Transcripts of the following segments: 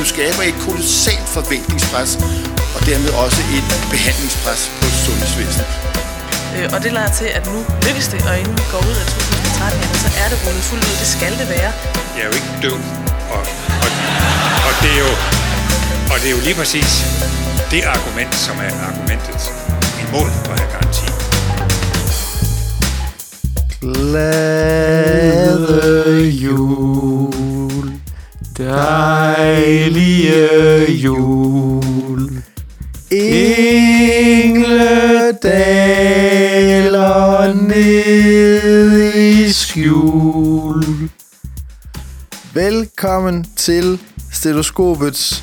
skaber et kolossalt forventningspres, og dermed også et behandlingspres på sundhedsvæsenet. Og det lader til, at nu lykkes det, og inden vi går ud af 2013, jamen, så er det rullet fuldt ud. Det skal det være. Jeg er jo ikke død, og det er jo lige præcis det argument, som er argumentet imod på her garanti. Glade jul, dejlige jul, engle daler ned i skjul. Velkommen til Stetoskopets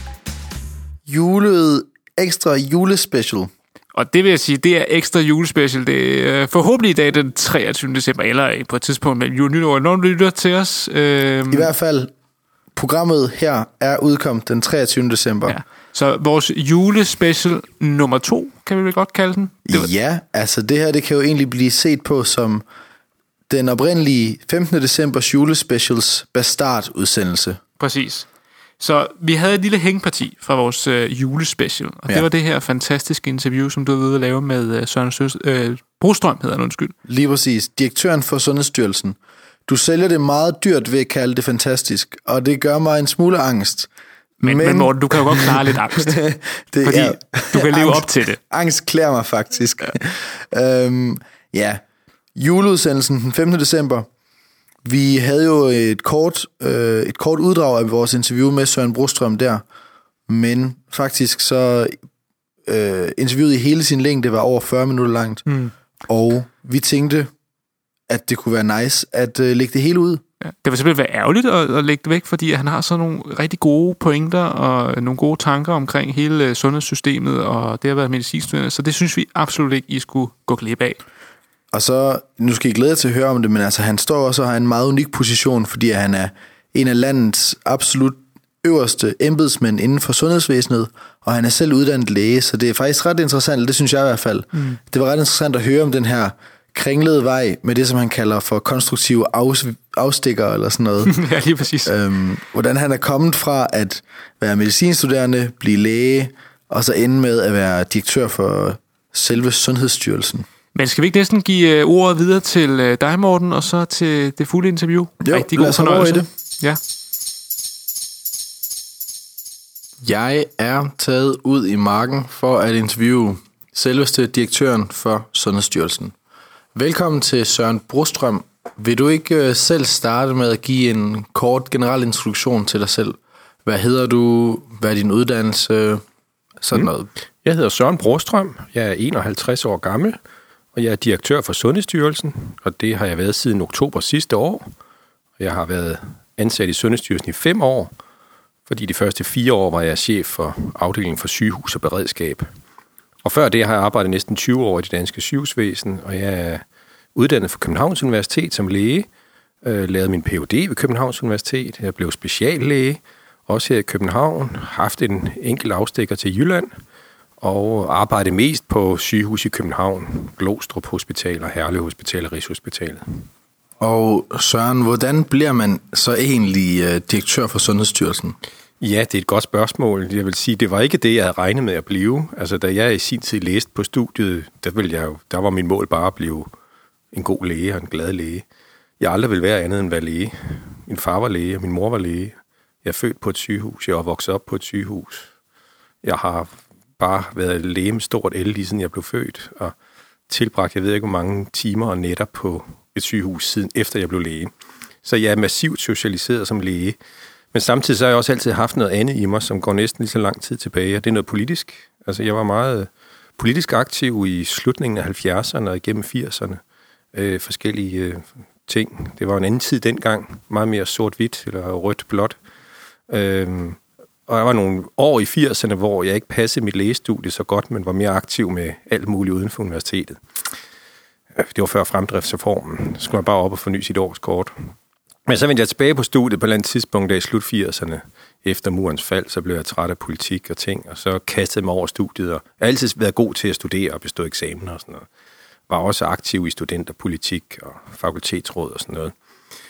ekstra julespecial. Og det vil jeg sige, det er ekstra julespecial. Det er forhåbentlig i dag den 23. december, eller på et tidspunkt mellem jul og nytår, når du lytter til os. I hvert fald, programmet her er udkommet den 23. december. Ja. Så vores julespecial nummer 2, kan vi vel godt kalde den? Ja, altså det her, det kan jo egentlig blive set på som den oprindelige 15. decembers julespecials bastard-udsendelse. Præcis. Så vi havde et lille hængeparti fra vores julespecial, og det var det her fantastiske interview, som du var ved at lave med Søren Brostrøm, hedder han, undskyld. Lige præcis. Direktøren for Sundhedsstyrelsen. Du sælger det meget dyrt ved at kalde det fantastisk, og det gør mig en smule angst. Men Morten, du kan jo godt klare lidt angst, fordi du kan leve op til det. Angst klæder mig faktisk. Ja. Juleudsendelsen den 15. december. Vi havde jo et kort uddrag af vores interview med Søren Brostrøm der, men faktisk så interviewet i hele sin længde var over 40 minutter langt, og vi tænkte, at det kunne være nice at lægge det hele ud. Ja, det vil simpelthen være ærgerligt at lægge det væk, fordi han har sådan nogle rigtig gode pointer og nogle gode tanker omkring hele sundhedssystemet og det at være medicinstuderende, så det synes vi absolut ikke, I skulle gå glip af. Og så, nu skal I glæde jer til at høre om det, men altså han står også og har en meget unik position, fordi han er en af landets absolut øverste embedsmænd inden for sundhedsvæsenet, og han er selv uddannet læge, så det er faktisk ret interessant, det synes jeg i hvert fald. Det var ret interessant at høre om den her kringlede vej med det, som han kalder for konstruktive afstikker eller sådan noget. Ja, lige præcis. Hvordan han er kommet fra at være medicinstuderende, blive læge, og så ende med at være direktør for selve Sundhedsstyrelsen. Men skal vi ikke næsten give ordet videre til dig, Morten, og så til det fulde interview? Jo, rigtig god fornøjelse. Det. Ja. Jeg er taget ud i marken for at interviewe selveste direktøren for Sundhedsstyrelsen. Velkommen til Søren Brostrøm. Vil du ikke selv starte med at give en kort generel introduktion til dig selv? Hvad hedder du? Hvad er din uddannelse? Sådan noget. Jeg hedder Søren Brostrøm. Jeg er 51 år gammel, og jeg er direktør for Sundhedsstyrelsen, og det har jeg været siden oktober sidste år. Jeg har været ansat i Sundhedsstyrelsen i 5 år, fordi de første 4 år var jeg chef for afdelingen for sygehus og beredskab. Og før det har jeg arbejdet næsten 20 år i det danske sygehusvæsen, og jeg er uddannet fra Københavns Universitet som læge, lavede min Ph.D. ved Københavns Universitet, jeg blev speciallæge, også her i København, haft en enkelt afstikker til Jylland, og arbejdet mest på sygehus i København, Glostrup Hospital og Herlev Hospital og Rigshospitalet. Og Søren, hvordan bliver man så egentlig direktør for Sundhedsstyrelsen? Ja, det er et godt spørgsmål. Jeg vil sige, det var ikke det, jeg havde regnet med at blive. Altså, da jeg i sin tid læste på studiet, der var min mål bare at blive en god læge og en glad læge. Jeg aldrig ville være andet end at være læge. Min far var læge, og min mor var læge. Jeg er født på et sygehus. Jeg er vokset op på et sygehus. Jeg har bare været læge med stort L, lige siden jeg blev født, og tilbragt, jeg ved ikke, hvor mange timer og nætter på et sygehus siden efter jeg blev læge. Så jeg er massivt socialiseret som læge. Men samtidig så har jeg også altid haft noget andet i mig, som går næsten lige så lang tid tilbage, og det er noget politisk. Altså, jeg var meget politisk aktiv i slutningen af 70'erne og igennem 80'erne. Forskellige ting. Det var en anden tid dengang. Meget mere sort-hvidt eller rødt-blåt. Og der var nogle år i 80'erne, hvor jeg ikke passede mit lægestudie så godt, men var mere aktiv med alt muligt uden for universitetet. Det var før fremdriftsreformen. Så skulle man bare op og forny sit årskort. Men så vendte jeg tilbage på studiet på et eller andet tidspunkt, der i slut 80'erne, efter murens fald, så blev jeg træt af politik og ting, og så kastede jeg mig over studiet, og jeg har altid været god til at studere og bestå eksamener og sådan noget. Var også aktiv i studenterpolitik og fakultetsråd og sådan noget.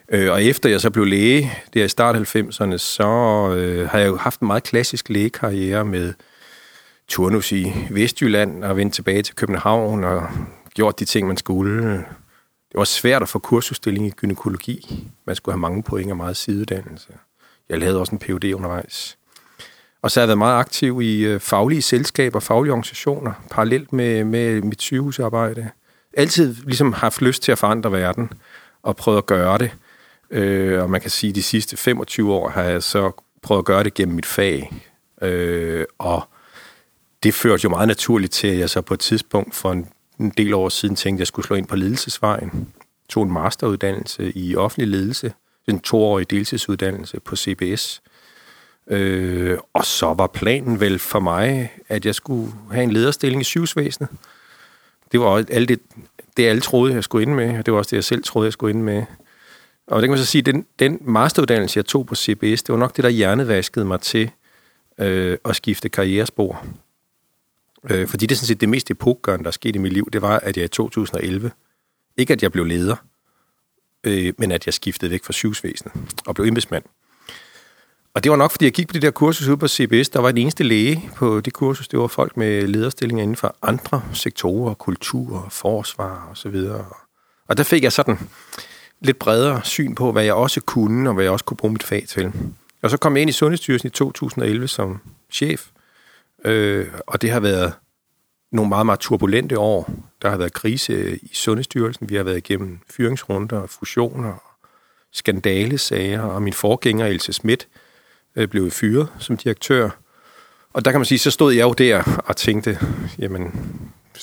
Og efter jeg så blev læge, der i start 90'erne, så har jeg jo haft en meget klassisk lægekarriere med turnus i Vestjylland og vendt tilbage til København og gjort de ting, man skulle. Det var svært at få kursusstilling i gynækologi. Man skulle have mange point og meget sideuddannelse. Jeg lavede også en Ph.D. undervejs. Og så har jeg været meget aktiv i faglige selskaber, faglige organisationer, parallelt med mit sygehusarbejde. Altid ligesom haft lyst til at forandre verden og prøvet at gøre det. Og man kan sige, at de sidste 25 år har jeg så prøvet at gøre det gennem mit fag. Og det førte jo meget naturligt til, at jeg så på et tidspunkt for en del år siden tænkte, at jeg skulle slå ind på ledelsesvejen. Tog en masteruddannelse i offentlig ledelse, en 2-årig deltidsuddannelse på CBS. Og så var planen vel for mig, at jeg skulle have en lederstilling i sygehusvæsenet. Det var det alle troede, jeg skulle ind med, og det var også det, jeg selv troede, jeg skulle ind med. Og det kan man så sige, den masteruddannelse, jeg tog på CBS, det var nok det, der hjernevaskede mig til at skifte karrierespor. Fordi det er sådan set det mest epokegørende, der er sket i mit liv, det var, at jeg i 2011, ikke at jeg blev leder, men at jeg skiftede væk fra sygehusvæsenet og blev embedsmand. Og det var nok, fordi jeg gik på det der kursus ude på CBS, der var en eneste læge på det kursus, det var folk med lederstillinger inden for andre sektorer, kultur, forsvar og så videre. Og der fik jeg sådan lidt bredere syn på, hvad jeg også kunne, og hvad jeg også kunne bruge mit fag til. Og så kom jeg ind i Sundhedsstyrelsen i 2011 som chef, og det har været nogle meget, meget turbulente år. Der har været krise i Sundhedsstyrelsen, vi har været igennem fyringsrunder, fusioner, skandalesager, og min forgænger, Else Schmidt, blev fyret som direktør. Og der kan man sige, så stod jeg jo der og tænkte, jamen,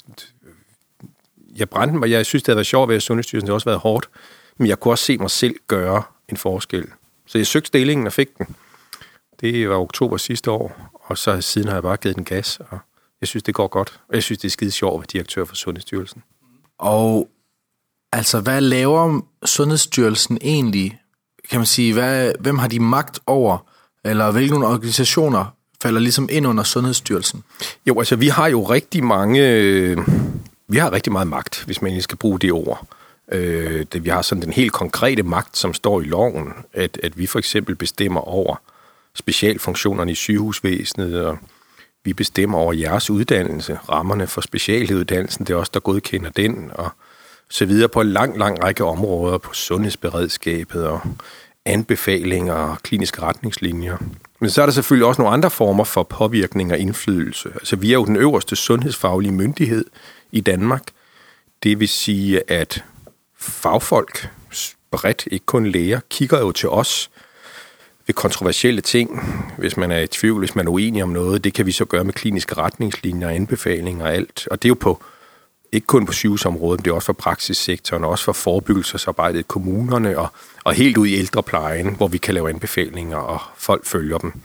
jeg brændte mig. Jeg synes, det havde været sjovt at være i Sundhedsstyrelsen, det har også været hårdt, men jeg kunne også se mig selv gøre en forskel. Så jeg søgte stillingen og fik den. Det var oktober sidste år, og så siden har jeg bare givet den gas, og jeg synes, det går godt. Og jeg synes, det er skide sjovt at være direktør for Sundhedsstyrelsen. Og altså, hvad laver Sundhedsstyrelsen egentlig? Kan man sige, hvem har de magt over? Eller hvilke organisationer falder ligesom ind under Sundhedsstyrelsen? Jo, altså vi har jo rigtig meget magt, hvis man egentlig skal bruge det ord. Vi har sådan den helt konkrete magt, som står i loven, at vi for eksempel bestemmer over specialfunktionerne i sygehusvæsenet, og vi bestemmer over jeres uddannelse, rammerne for specialuddannelsen, det er os, der godkender den, og så videre på en lang række områder, på sundhedsberedskabet og anbefalinger og kliniske retningslinjer. Men så er der selvfølgelig også nogle andre former for påvirkning og indflydelse. Altså vi er jo den øverste sundhedsfaglige myndighed i Danmark. Det vil sige, at fagfolk, bredt, ikke kun læger, kigger jo til os ved kontroversielle ting, hvis man er i tvivl, hvis man er uenig om noget. Det kan vi så gøre med kliniske retningslinjer, anbefalinger og alt. Og det er jo ikke kun på sygehusområdet, men det er også for praksissektoren, og også for forebyggelsesarbejdet i kommunerne, og helt ud i ældreplejen, hvor vi kan lave anbefalinger, og folk følger dem.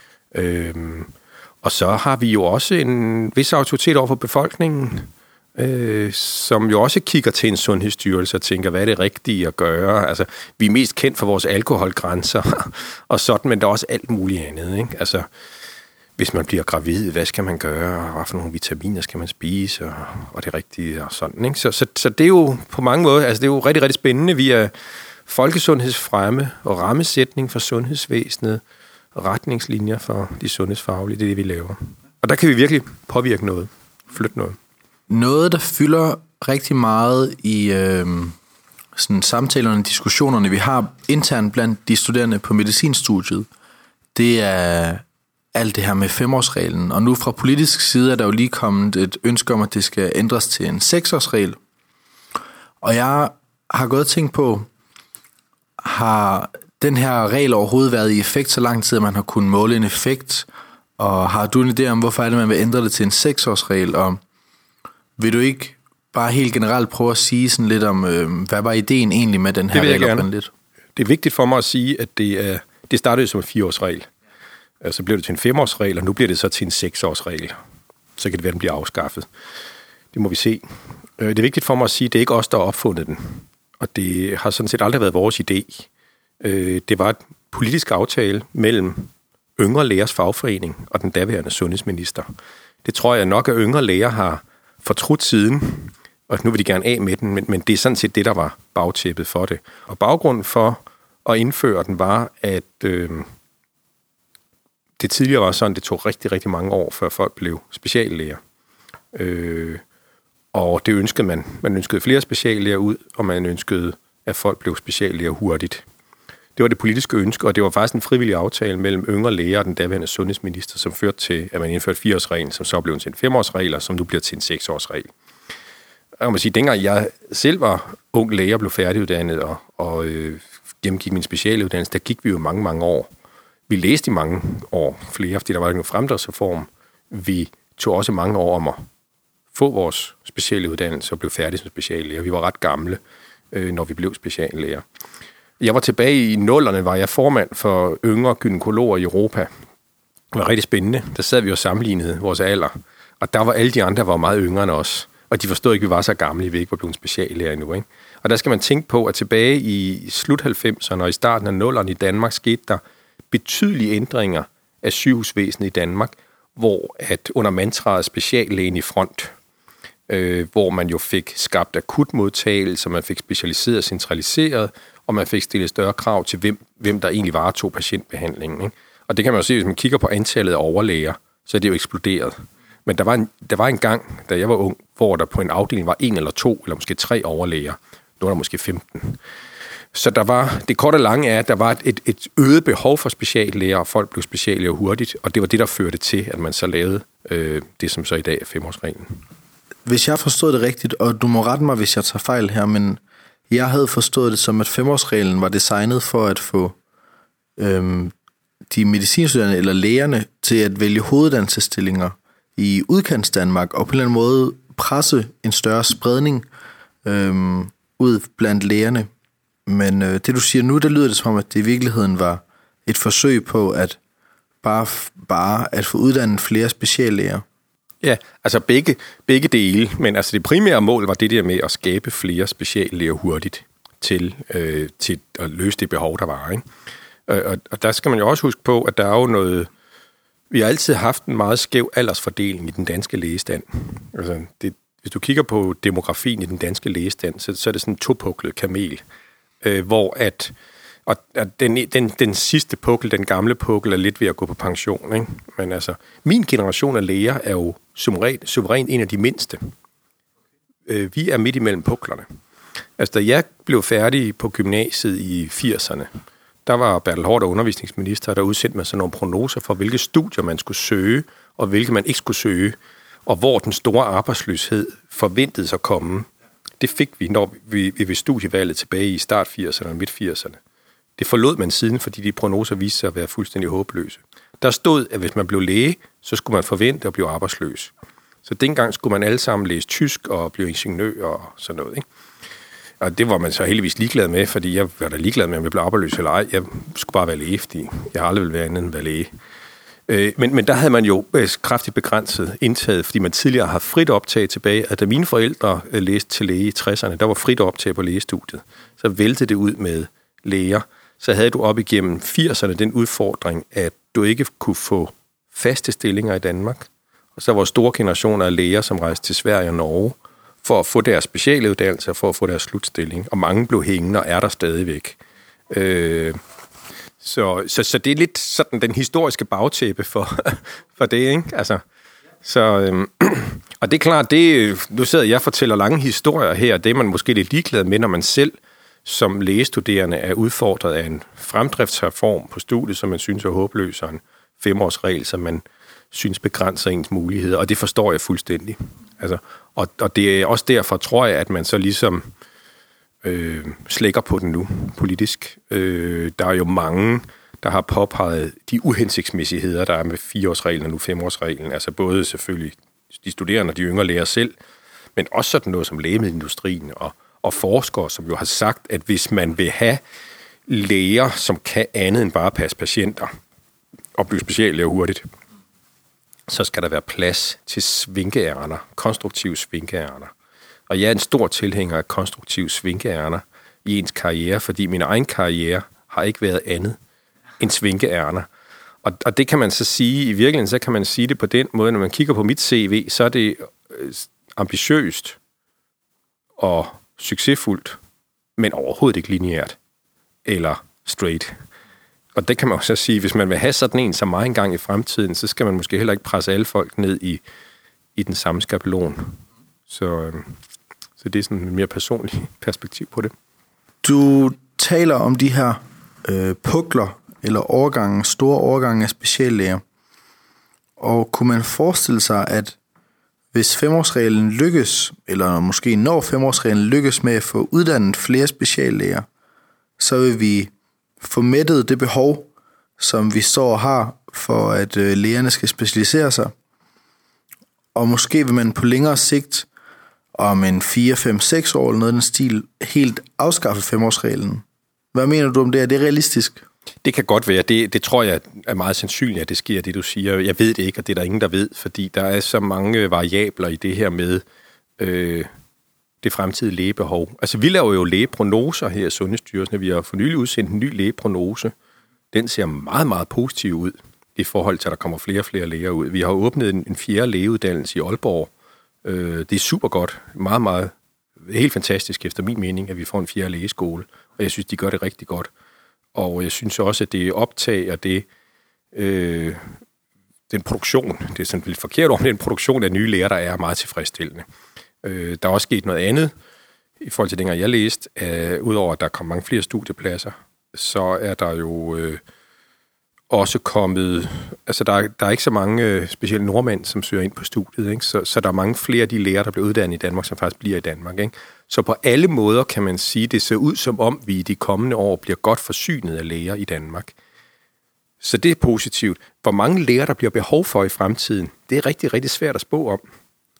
Og så har vi jo også en vis autoritet over for befolkningen, som jo også kigger til en sundhedsstyrelse og tænker, hvad er det rigtige at gøre? Altså, vi er mest kendt for vores alkoholgrænser og sådan, men der er også alt muligt andet, ikke? Altså, hvis man bliver gravid, hvad skal man gøre? Hvad for nogle vitaminer skal man spise? Og det rigtige og sådan, ikke? Så det er jo på mange måder, altså det er jo rigtig, rigtig spændende. Vi er folkesundhedsfremme og rammesætning for sundhedsvæsenet, retningslinjer for de sundhedsfaglige, det er det, vi laver. Og der kan vi virkelig påvirke noget, flytte noget. Noget, der fylder rigtig meget i sådan samtalerne og diskussionerne, vi har internt blandt de studerende på medicinstudiet, det er alt det her med 5-årsreglen. Og nu fra politisk side er der jo lige kommet et ønske om, at det skal ændres til en 6-årsregel. Og jeg har gået og tænkt på, har den her regel overhovedet været i effekt så lang tid, at man har kunnet måle en effekt? Og har du en idé om, hvorfor er det, man vil ændre det til en 6-årsregel? Og vil du ikke bare helt generelt prøve at sige sådan lidt om, hvad var ideen egentlig med den her regel oprindeligt? Det er vigtigt for mig at sige, at det startede som en 4-årsregel. Så blev det til en 5-årsregel, og nu bliver det så til en 6-årsregel. Så kan det være, den bliver afskaffet. Det må vi se. Det er vigtigt for mig at sige, at det er ikke os, der har opfundet den. Og det har sådan set aldrig været vores idé. Det var et politisk aftale mellem Yngre Lægers Fagforening og den daværende sundhedsminister. Det tror jeg nok, at Yngre Læger har fortrudt siden, og nu vil de gerne af med den, men det er sådan set det, der var bagtæppet for det. Og baggrunden for at indføre den, var, at det tidligere var sådan, det tog rigtig, rigtig mange år, før folk blev speciallæger. Og det ønskede man. Man ønskede flere speciallæger ud, og man ønskede, at folk blev speciallæger hurtigt. Det var det politiske ønske, og det var faktisk en frivillig aftale mellem yngre læger og den daværende sundhedsminister, som førte til, at man indførte 4-årsreglen, som så blev til en 5-årsregel, og som nu bliver til en 6-årsregel. Jeg må sige, dengang jeg selv var ung læge og blev færdiguddannet og gennemgik min specialuddannelse, der gik vi jo mange, mange år. Vi læste i mange år flere, fordi der var ikke nogen fremdriftsreform. Vi tog også mange år om at få vores specialuddannelse og blev færdige som speciallæger. Vi var ret gamle, når vi blev speciallæger. Jeg var tilbage i 00'erne, var jeg formand for yngre gynækologer i Europa. Det var rigtig spændende. Der sad vi og sammenlignede vores alder. Og der var alle de andre, der var meget yngre end os. Og de forstod ikke, at vi var så gamle, vi ikke var blevet speciallæger endnu. Ikke? Og der skal man tænke på, at tilbage i slut 90'erne og i starten af 00'erne i Danmark, skete der betydelige ændringer af sygehusvæsenet i Danmark, hvor at under mantraet speciallægen i front, hvor man jo fik skabt akutmodtagelse, man fik specialiseret og centraliseret, og man fik stillet større krav til, hvem der egentlig varetog patientbehandlingen. Ikke? Og det kan man jo se, hvis man kigger på antallet af overlæger, så er det jo eksploderet. Men der var en gang, da jeg var ung, hvor der på en afdeling var 1 eller 2, eller måske 3 overlæger. Nu er der måske 15. Så der var, det korte og lange er, at der var et øget behov for speciallæger, og folk blev speciallæger hurtigt, og det var det, der førte til, at man så lavede det, som så i dag er 5-årsreglen. Hvis jeg forstod det rigtigt, og du må rette mig, hvis jeg tager fejl her, men jeg havde forstået det som, at 5-årsreglen var designet for at få de medicinstuderende eller lægerne til at vælge hoveduddannelsesstillinger i udkantsdanmark, og på en eller anden måde presse en større spredning ud blandt lægerne. Men det du siger nu, der lyder det som om, at det i virkeligheden var et forsøg på at bare at få uddannet flere speciallæger. Ja, altså begge dele, men altså det primære mål var det der med at skabe flere speciallæger hurtigt til at løse det behov, der var. Ikke? Og der skal man jo også huske på, at der er jo noget. Vi har altid haft en meget skæv aldersfordeling i den danske lægestand. Altså hvis du kigger på demografien i den danske lægestand, så er det sådan en topuklet kamel, hvor at den sidste pukkel, den gamle pukkel, er lidt ved at gå på pension. Ikke? Men altså, min generation af læger er jo suverænt en af de mindste. Vi er midt imellem puklerne. Altså, da jeg blev færdig på gymnasiet i 80'erne, der var Bertel Haarder undervisningsminister, der udsendte mig sådan nogle prognoser for, hvilke studier man skulle søge, og hvilke man ikke skulle søge, og hvor den store arbejdsløshed forventedes at komme. Det fik vi, når vi ved studievalget tilbage i start 80'erne og midt 80'erne. Det forlod man siden, fordi de prognoser viste sig at være fuldstændig håbløse. Der stod, at hvis man blev læge, så skulle man forvente at blive arbejdsløs. Så dengang skulle man alle sammen læse tysk og blive ingeniør og sådan noget. Ikke? Og det var man så heldigvis ligeglad med, fordi jeg var da ligeglad med, om jeg blev arbejdsløs eller ej. Jeg skulle bare være læge, fordi jeg har aldrig ville være andet end at være læge. Men der havde man jo kraftigt begrænset indtaget, fordi man tidligere har frit optag tilbage. At da mine forældre læste til læge i 60'erne, der var frit optag på lægestudiet. Så væltede det ud med læger. Så havde du op igennem 80'erne den udfordring, at du ikke kunne få faste stillinger i Danmark. Og så var store generationer af læger, som rejste til Sverige og Norge for at få deres specialuddannelse og for at få deres slutstilling. Og mange blev hængende og er der stadigvæk. Så det er lidt sådan den historiske bagtæppe for det, ikke? Altså, og det er klart, nu sidder jeg og fortæller lange historier her, det er man måske lidt ligeglad med, når man selv som lægestuderende er udfordret af en fremdriftsreform på studiet, som man synes er håbløs, og en 5-årsregel, som man synes begrænser ens muligheder, og det forstår jeg fuldstændig. Altså, og det er også derfor, tror jeg, at man så ligesom slækker på den nu politisk. Der er jo mange, der har påpeget de uhensigtsmæssigheder, der er med 4-årsreglen og nu 5-årsreglen. Altså både selvfølgelig de studerende og de yngre læger selv, men også sådan noget som lægemiddelindustrien og forskere, som jo har sagt, at hvis man vil have læger, som kan andet end bare passe patienter og blive speciallæger hurtigt, så skal der være plads til svinkeærner, konstruktive svinkeærner. Og jeg er en stor tilhænger af konstruktive svinkeærner i ens karriere, fordi min egen karriere har ikke været andet end svinkeærner. Og det kan man så sige, i virkeligheden så kan man sige det på den måde, når man kigger på mit CV, så er det ambitiøst og succesfuldt, men overhovedet ikke lineært eller straight. Og det kan man også sige, hvis man vil have sådan en som mig engang i fremtiden, så skal man måske heller ikke presse alle folk ned i den samme skabelon. Så det er sådan et mere personligt perspektiv på det. Du taler om de her pukler eller overgange, store overgange af speciallæger. Og kunne man forestille sig, at hvis 5-årsreglen lykkes, eller måske når 5-årsreglen lykkes med at få uddannet flere speciallæger, så vil vi få mættet det behov, som vi står og har for, at lægerne skal specialisere sig. Og måske vil man på længere sigt, om en 4, 5, 6 år eller noget af den stil, helt afskaffe 5-årsreglen. Hvad mener du om det? Er det realistisk? Det kan godt være. Det tror jeg er meget sandsynligt, at det sker, det du siger. Jeg ved det ikke, og det er der ingen, der ved, fordi der er så mange variabler i det her med det fremtidige lægebehov. Altså, vi laver jo lægeprognoser her i Sundhedsstyrelsen. Vi har for nylig udsendt en ny lægeprognose. Den ser meget, meget positiv ud i forhold til, at der kommer flere og flere læger ud. Vi har åbnet en 4. lægeuddannelse i Aalborg. Det er super godt. Meget, meget helt fantastisk efter min mening, at vi får en 4. lægeskole. Og jeg synes, de gør det rigtig godt. Og jeg synes også, at det optager det, den produktion, det er sådan lidt forkert om, den produktion af nye læger, der er meget tilfredsstillende. Der er også sket noget andet, i forhold til dengang jeg læste, udover at der kom mange flere studiepladser, så er der jo også kommet, altså der er ikke så mange specielt nordmænd, som søger ind på studiet, ikke? Så der er mange flere af de læger, der bliver uddannet i Danmark, som faktisk bliver i Danmark, ikke? Så på alle måder kan man sige, det ser ud som om, vi i de kommende år bliver godt forsynet af læger i Danmark. Så det er positivt. Hvor mange læger, der bliver behov for i fremtiden, det er rigtig, rigtig svært at spå om.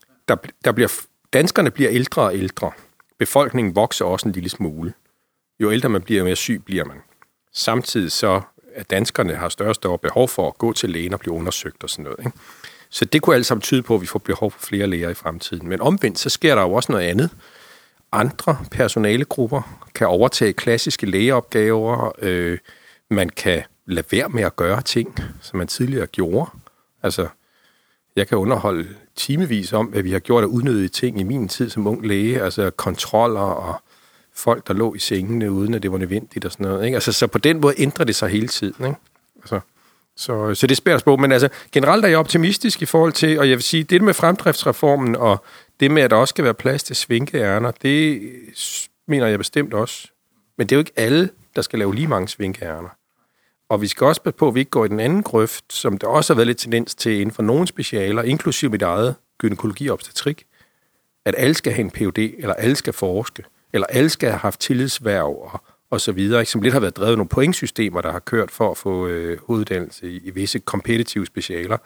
Danskerne bliver ældre og ældre. Befolkningen vokser også en lille smule. Jo ældre man bliver, jo mere syg bliver man. Samtidig så, at danskerne har større og større behov for at gå til lægen og blive undersøgt og sådan noget, ikke? Så det kunne alt sammen tyde på, at vi får behov for flere læger i fremtiden. Men omvendt, så sker der jo også noget andet. Andre personalegrupper kan overtage klassiske lægeopgaver. Man kan lade være med at gøre ting, som man tidligere gjorde. Altså, jeg kan underholde timevis om, hvad vi har gjort af unødige ting i min tid som ung læge. Altså kontroller og folk, der lå i sengene, uden at det var nødvendigt og sådan noget, ikke? Altså, så på den måde ændrer det sig hele tiden, ikke? Altså, så det er spært på. Men altså, generelt er jeg optimistisk i forhold til, og jeg vil sige, det med fremdriftsreformen og det med, at der også skal være plads til svinkeærner, det mener jeg bestemt også. Men det er jo ikke alle, der skal lave lige mange svinkeærner. Og vi skal også passe på, at vi ikke går i den anden grøft, som der også har været lidt tendens til inden for nogle specialer, inklusive mit eget gynækologi og obstetrik, at alle skal have en Ph.D., eller alle skal forske, eller alle skal have haft tillidshverv og så videre, ikke? Som lidt har været drevet nogle pointsystemer, der har kørt for at få hoveduddannelse i visse kompetitive specialer.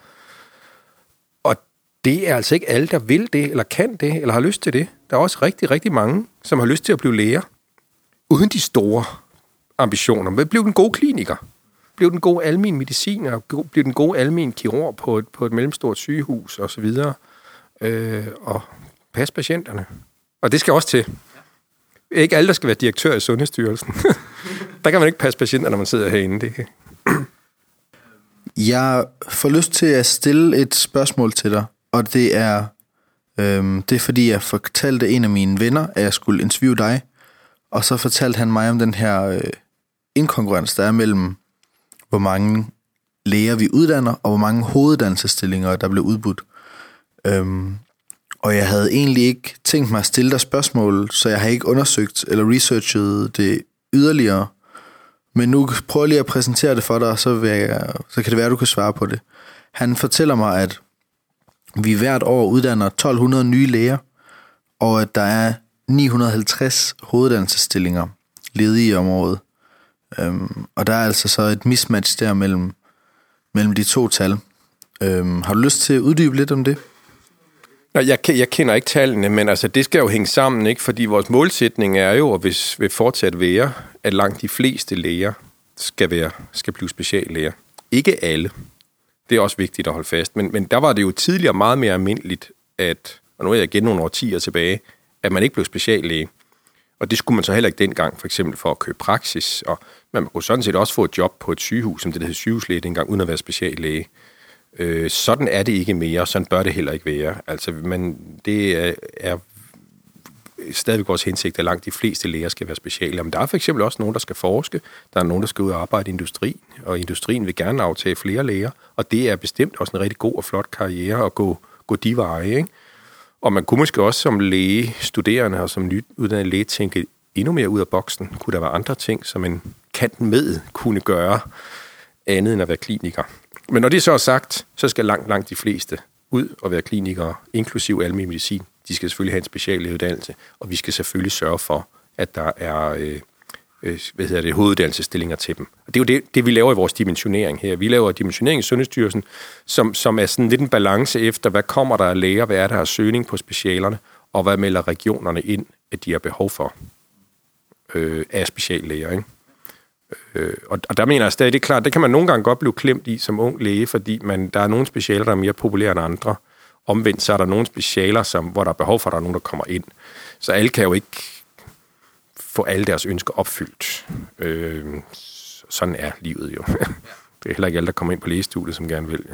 Og det er altså ikke alle, der vil det, eller kan det, eller har lyst til det. Der er også rigtig, rigtig mange, som har lyst til at blive læger, uden de store ambitioner. Men blev den gode kliniker? Blev den gode almen mediciner? Blev den gode almen kirurg på et mellemstort sygehus, og så videre? Og passe patienterne. Og det skal også til. Ikke alle, der skal være direktør i Sundhedsstyrelsen. Der kan man ikke passe patienter, når man sidder herinde. Det. Jeg får lyst til at stille et spørgsmål til dig, og det er fordi, jeg fortalte en af mine venner, at jeg skulle interviewe dig, og så fortalte han mig om den her inkongruens, der er mellem, hvor mange læger vi uddanner, og hvor mange hoveduddannelsesstillinger, der blev udbudt. Og jeg havde egentlig ikke tænkt mig at stille dig spørgsmål, så jeg har ikke undersøgt eller researchet det yderligere. Men nu prøver jeg lige at præsentere det for dig, så kan det være, at du kan svare på det. Han fortæller mig, at vi hvert år uddanner 1200 nye læger, og at der er 950 hoveduddannelsesstillinger ledige om året. Og der er altså så et mismatch der mellem de to tal. Har du lyst til at uddybe lidt om det? Jeg kender ikke tallene, men altså, det skal jo hænge sammen, ikke? Fordi vores målsætning er jo, og vil fortsat være, at langt de fleste læger skal blive speciallæger. Ikke alle. Det er også vigtigt at holde fast. Men der var det jo tidligere meget mere almindeligt, og nu er jeg igen nogle årtier tilbage, at man ikke blev speciallæge. Og det skulle man så heller ikke dengang, for eksempel for at købe praksis. Og man kunne sådan set også få et job på et sygehus, som det hed sygehuslæge dengang, uden at være speciallæge. Sådan er det ikke mere, sådan bør det heller ikke være. Altså, det er stadigvæk vores hensigt, at langt de fleste læger skal være speciallæger. Men der er for eksempel også nogen, der skal forske. Der er nogen, der skal ud og arbejde i industrien, og industrien vil gerne aftage flere læger, og det er bestemt også en rigtig god og flot karriere at gå de veje, ikke? Og man kunne måske også som læge, studerende og som nyuddannet læge tænke endnu mere ud af boksen. Kunne der være andre ting, som en kant med kunne gøre andet end at være kliniker? Men når det så er sagt, så skal langt de fleste ud og være klinikere, inklusiv almen medicin. De skal selvfølgelig have en speciallægeuddannelse, og vi skal selvfølgelig sørge for, at der er hoveduddannelsesstillinger til dem. Og det er jo det, vi laver i vores dimensionering her. Vi laver dimensionering i Sundhedsstyrelsen, som er sådan lidt en balance efter, hvad kommer der af læger, hvad er der af søgning på specialerne, og hvad melder regionerne ind, at de har behov for af speciallæger, ikke? Og der mener jeg stadig, det er klart, det kan man nogle gange godt blive klemt i som ung læge, fordi der er nogle specialer, der er mere populære end andre. Omvendt så er der nogle specialer, hvor der er behov for, at der er nogen, der kommer ind. Så alle kan jo ikke få alle deres ønsker opfyldt. Sådan er livet jo. Det er heller ikke alle, der kommer ind på lægestudiet, som gerne vil. Jo.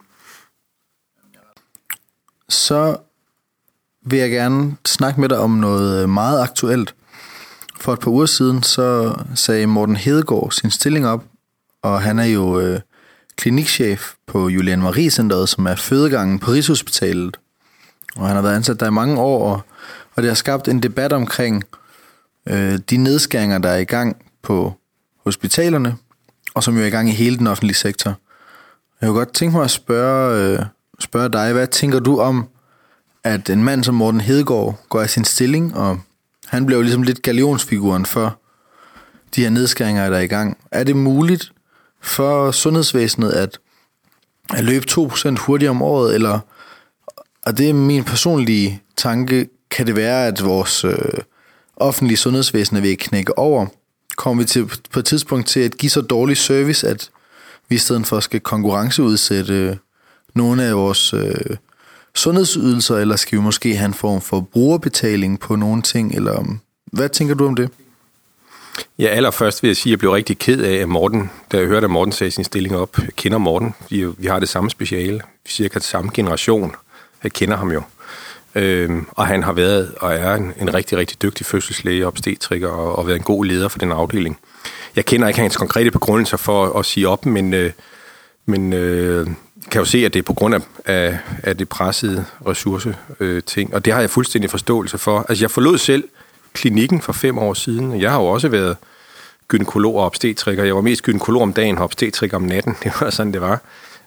Så vil jeg gerne snakke med dig om noget meget aktuelt. For et par uger siden, så sagde Morten Hedegaard sin stilling op, og han er jo klinikchef på Julian Marie Centeret, som er fødegangen på Rigshospitalet. Og han har været ansat der i mange år, og det har skabt en debat omkring de nedskæringer, der er i gang på hospitalerne, og som jo er i gang i hele den offentlige sektor. Jeg kunne godt tænke mig at spørge dig, hvad tænker du om, at en mand som Morten Hedegaard går af sin stilling, og han blev jo ligesom lidt galionsfiguren for de her nedskæringer, der er i gang. Er det muligt for sundhedsvæsenet at løbe 2% hurtigere om året, eller, og det er min personlige tanke, kan det være, at vores offentlige sundhedsvæsen er ved at knække over? Kommer vi til på et tidspunkt til at give så dårlig service, at vi i stedet for skal konkurrenceudsætte nogle af vores sundhedsydelser, eller skal vi måske have en form for brugerbetaling på nogle ting, eller hvad tænker du om det? Ja, allerførst vil jeg sige, at jeg blev rigtig ked af, at Morten, da jeg hørte, at Morten sagde sin stilling op, jeg kender Morten, vi har det samme speciale, cirka samme generation, jeg kender ham jo. Og han har været og er en rigtig, rigtig dygtig fødselslæge, obstetriker og været en god leder for den afdeling. Jeg kender ikke hans konkrete begrundelser for at sige op, men kan jo se, at det er på grund af det pressede ressourceting, og det har jeg fuldstændig forståelse for. Altså, jeg forlod selv klinikken for 5 år siden. Jeg har jo også været gynekolog og obstetriker. Jeg var mest gynekolog om dagen og obstetriker om natten. Det var sådan, det var.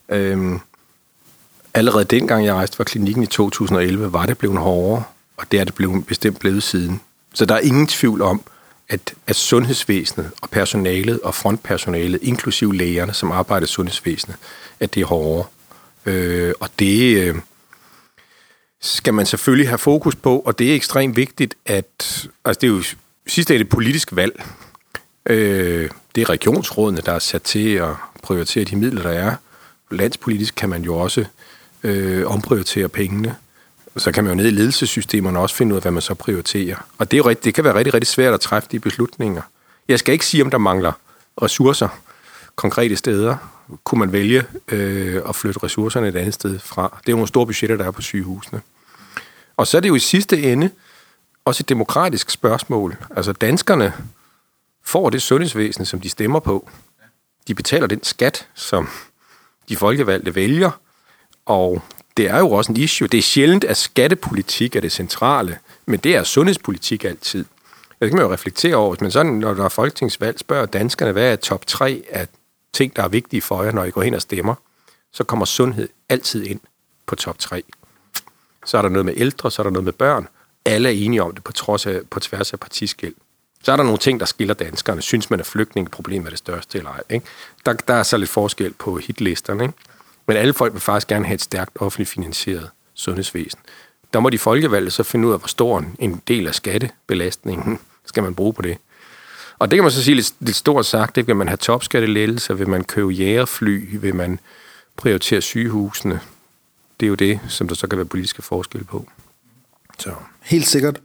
Allerede dengang jeg rejste fra klinikken i 2011, var det blevet hårdere, og det er det bestemt blevet siden. Så der er ingen tvivl om, at sundhedsvæsenet og personalet og frontpersonalet, inklusive lægerne, som arbejder i sundhedsvæsenet, at det er hårdere. Og det skal man selvfølgelig have fokus på, og det er ekstremt vigtigt, at altså det er jo sidst et politisk valg. Det er regionsrådene, der er sat til at prioritere de midler, der er. Landspolitisk kan man jo også omprioritere pengene. Så kan man jo ned i ledelsessystemerne også finde ud af, hvad man så prioriterer. Og det kan være rigtig, rigtig svært at træffe de beslutninger. Jeg skal ikke sige, om der mangler ressourcer konkrete steder. Kunne man vælge at flytte ressourcerne et andet sted fra? Det er jo nogle store budgetter, der er på sygehusene. Og så er det jo i sidste ende også et demokratisk spørgsmål. Altså danskerne får det sundhedsvæsen, som de stemmer på. De betaler den skat, som de folkevalgte vælger, og det er jo også en issue. Det er sjældent, at skattepolitik er det centrale, men det er sundhedspolitik altid. Det kan man jo reflektere over, men sådan, når der er folketingsvalg, spørger danskerne, hvad er top 3 af ting, der er vigtige for jer, når I går hen og stemmer, så kommer sundhed altid ind på top 3. Så er der noget med ældre, så er der noget med børn. Alle er enige om det på tværs af partiskel. Så er der nogle ting, der skiller danskerne. Synes man, at flygtningeproblemet er det største eller ej? Ikke? Der er så lidt forskel på hitlisterne. Ikke? Men alle folk vil faktisk gerne have et stærkt offentligt finansieret sundhedsvæsen. Der må de folkevalgte så finde ud af, hvor stor en del af skattebelastningen skal man bruge på det. Og det kan man så sige lidt stort sagt. Ikke? Vil man have topskattelettelser? Vil man købe jægerfly? Vil man prioritere sygehusene? Det er jo det, som der så kan være politiske forskel på. Så. Helt sikkert.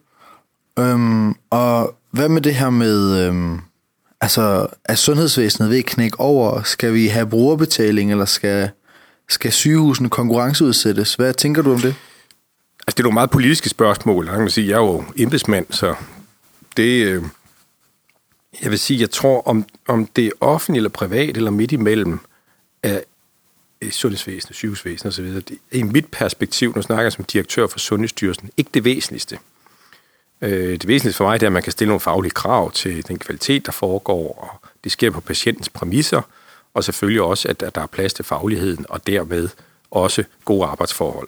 Og hvad med det her med, er sundhedsvæsenet ved at knække over? Skal vi have brugerbetaling, eller skal sygehusene konkurrenceudsættes? Hvad tænker du om det? det er nogle meget politiske spørgsmål. Jeg kan sige, jeg er jo embedsmand, så det... Jeg vil sige, jeg tror, om det er offentligt eller privat eller midt imellem er sundhedsvæsenet, sygehusvæsenet osv., det er i mit perspektiv, nu snakker jeg som direktør for Sundhedsstyrelsen, ikke det væsentligste. Det væsentligste for mig det er, at man kan stille nogle faglige krav til den kvalitet, der foregår, og det sker på patientens præmisser, og selvfølgelig også, at der er plads til fagligheden, og dermed også gode arbejdsforhold.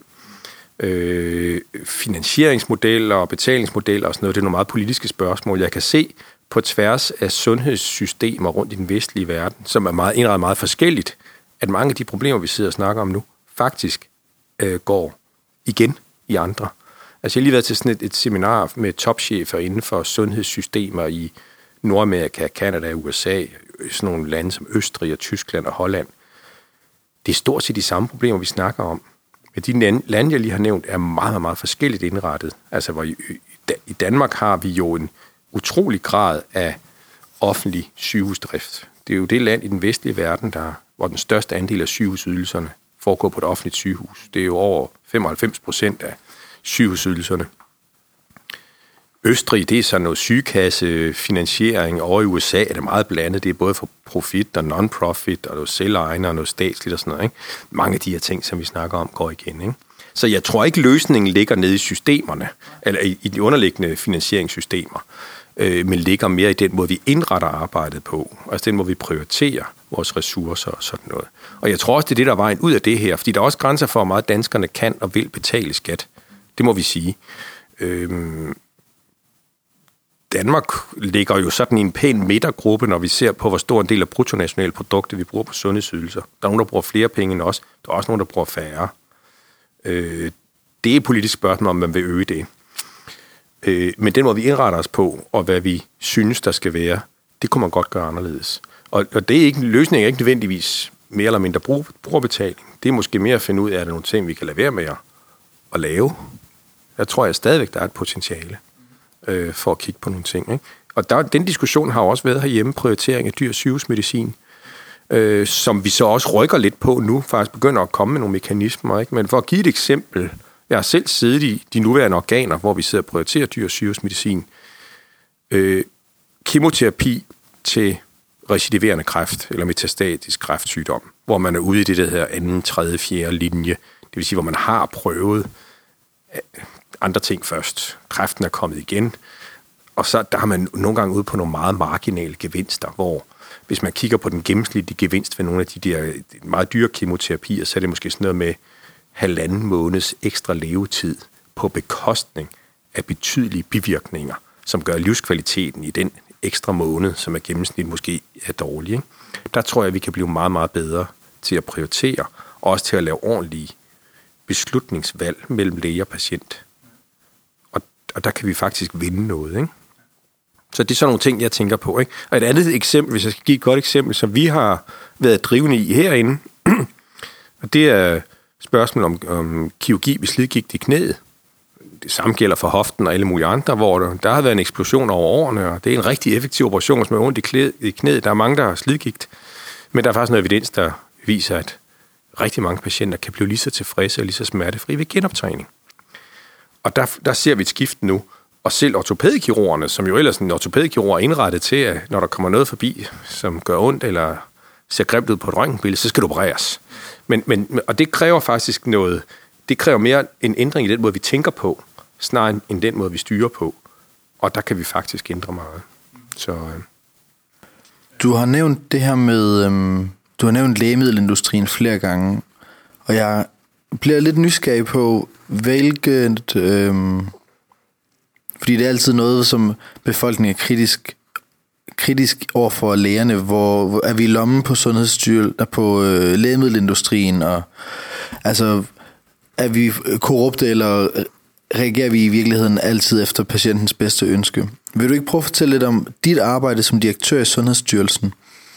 Finansieringsmodeller og betalingsmodeller og sådan noget, det er nogle meget politiske spørgsmål. Jeg kan se på tværs af sundhedssystemer rundt i den vestlige verden, som er indrettet meget forskelligt, at mange af de problemer, vi sidder og snakker om nu, faktisk går igen i andre. Altså, jeg har lige været til sådan et seminar med topchefer inden for sundhedssystemer i Nordamerika, Canada, USA, sådan nogle lande som Østrig og Tyskland og Holland. Det er stort set de samme problemer, vi snakker om. Men de lande, jeg lige har nævnt, er meget, meget forskelligt indrettet. Altså, hvor i Danmark har vi jo en utrolig grad af offentlig sygehusdrift. Det er jo det land i den vestlige verden, hvor den største andel af sygehusydelserne foregår på et offentligt sygehus. Det er jo over 95% af sygehusydelserne. Østrig, det er sådan noget sygekassefinansiering, og i USA er det meget blandet. Det er både for profit og non-profit, og noget selvejende og noget statsligt og sådan noget. Ikke? Mange af de her ting, som vi snakker om, går igen. Ikke? Så jeg tror ikke, løsningen ligger nede i systemerne, eller i de underliggende finansieringssystemer, men ligger mere i den måde, vi indretter arbejdet på, altså den måde, vi prioriterer vores ressourcer og sådan noget. Og jeg tror også, det er det, der er vejen ud af det her, fordi der er også grænser for, hvor meget danskerne kan og vil betale skat. Det må vi sige. Danmark ligger jo sådan i en pæn midtergruppe, når vi ser på, hvor stor en del af bruttonationalproduktet vi bruger på sundhedsydelser. Der er nogen, der bruger flere penge end os. Der er også nogen, der bruger færre. Det er et politisk spørgsmål, om man vil øge det. Men den måde, vi indretter os på, og hvad vi synes, der skal være, det kunne man godt gøre anderledes. Og det er ikke, løsningen er ikke nødvendigvis mere eller mindre brugerbetaling. Det er måske mere at finde ud af, at der er nogle ting, vi kan lade være med at lave. Jeg tror, at stadigvæk der er et potentiale for at kigge på nogle ting. Ikke? Og den diskussion har også været herhjemme, prioritering af dyr sygehusmedicin, som vi så også rykker lidt på nu, faktisk begynder at komme med nogle mekanismer. Ikke? Men for at give et eksempel, jeg har selv siddet i de nuværende organer, hvor vi sidder og prioriterer dyr sygehusmedicin. Kemoterapi til recidiverende kræft, eller metastatisk kræftsygdom, hvor man er ude i det, der hedder anden, tredje, fjerde linje. Det vil sige, hvor man har prøvet andre ting først. Kræften er kommet igen, og så der har man nogle gange ude på nogle meget marginale gevinster, hvor hvis man kigger på den gennemsnitlige gevinst ved nogle af de der meget dyre kemoterapier, så er det måske sådan noget med 1,5 måneds ekstra levetid på bekostning af betydelige bivirkninger, som gør livskvaliteten i den ekstra måned, som er gennemsnit måske er dårlig. Ikke? Der tror jeg, at vi kan blive meget, meget bedre til at prioritere, og også til at lave ordentlige beslutningsvalg mellem læge og patient. Og der kan vi faktisk vinde noget. Ikke? Så det er sådan nogle ting, jeg tænker på. Ikke? Og et andet eksempel, hvis jeg skal give et godt eksempel, som vi har været drivende i herinde, og det er spørgsmål om kirurgi ved slidgigt i knæet. Det samme gælder for hoften og alle mulige andre, hvor der har været en eksplosion over årene, og det er en rigtig effektiv operation, hvis man har ondt i knæet. Der er mange, der har slidgigt, men der er faktisk noget evidens, der viser, at rigtig mange patienter kan blive lige så tilfredse og lige så smertefri ved genoptræning. Og der ser vi et skift nu, og selv ortopædkirurgerne, som jo ellers en ortopædkirurg er indrettet til, at når der kommer noget forbi, som gør ondt eller ser grimt ud på et røntgenbillede, så skal det opereres. Og det kræver faktisk noget, det kræver mere en ændring i den måde, vi tænker på, snarere end den måde, vi styrer på. Og der kan vi faktisk ændre meget. Så, Du har nævnt det her med, du har nævnt lægemiddelindustrien flere gange, og jeg bliver lidt nysgerrig på, hvilket, fordi det er altid noget, som befolkningen er kritisk over for lægerne, hvor er vi i lommen på på lægemiddelindustrien, og altså er vi korrupte, eller reagerer vi i virkeligheden altid efter patientens bedste ønske? Vil du ikke prøve at fortælle lidt om dit arbejde som direktør i Sundhedsstyrelsen?